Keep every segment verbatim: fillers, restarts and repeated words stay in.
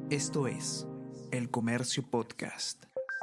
Esto es El Comercio Podcast.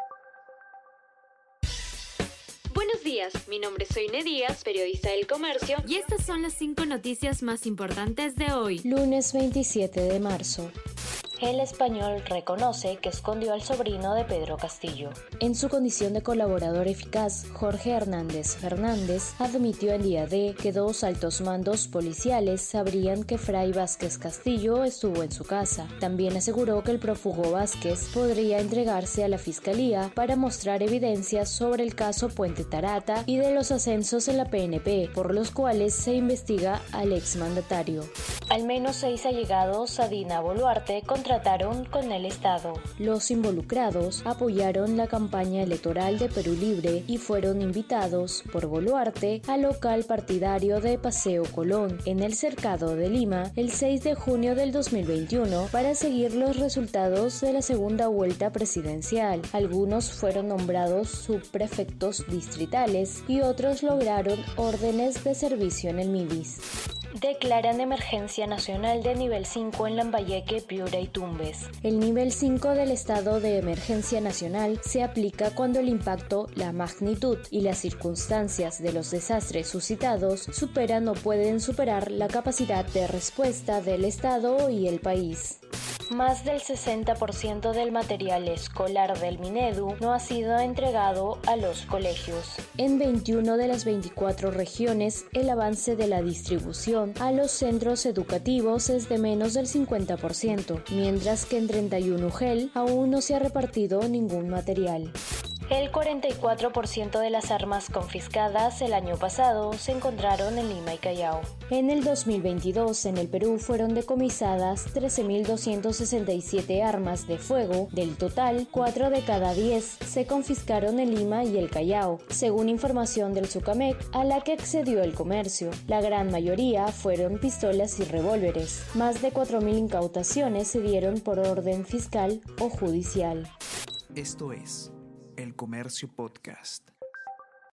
Buenos días, mi nombre es Soine Díaz, periodista del Comercio, y estas son las cinco noticias más importantes de hoy, lunes veintisiete de marzo. El Español reconoce que escondió al sobrino de Pedro Castillo. En su condición de colaborador eficaz, Jorge Hernández Fernández admitió en Día D que dos altos mandos policiales sabrían que Fray Vázquez Castillo estuvo en su casa. También aseguró que el prófugo Vázquez podría entregarse a la Fiscalía para mostrar evidencias sobre el caso Puente Tarata y de los ascensos en la P N P, por los cuales se investiga al exmandatario. Al menos seis allegados a Dina Boluarte contrataron con el Estado. Los involucrados apoyaron la campaña electoral de Perú Libre y fueron invitados por Boluarte al local partidario de Paseo Colón, en el Cercado de Lima, el seis de junio del dos mil veintiuno, para seguir los resultados de la segunda vuelta presidencial. Algunos fueron nombrados subprefectos distritales y otros lograron órdenes de servicio en el M I D I S. Declaran emergencia nacional de nivel cinco en Lambayeque, Piura y Tumbes. El nivel cinco del estado de emergencia nacional se aplica cuando el impacto, la magnitud y las circunstancias de los desastres suscitados superan o pueden superar la capacidad de respuesta del estado y el país. Más del sesenta por ciento del material escolar del Minedu no ha sido entregado a los colegios. En veintiuna de las veinticuatro regiones, el avance de la distribución a los centros educativos es de menos del cincuenta por ciento, mientras que en treinta y uno U G E L aún no se ha repartido ningún material. El cuarenta y cuatro por ciento de las armas confiscadas el año pasado se encontraron en Lima y Callao. En el dos mil veintidós, en el Perú fueron decomisadas trece mil doscientas sesenta y siete armas de fuego. Del total, cuatro de cada diez se confiscaron en Lima y el Callao, según información del SUCAMEC, a la que accedió el Comercio. La gran mayoría fueron pistolas y revólveres. Más de cuatro mil incautaciones se dieron por orden fiscal o judicial. Esto es El Comercio Podcast.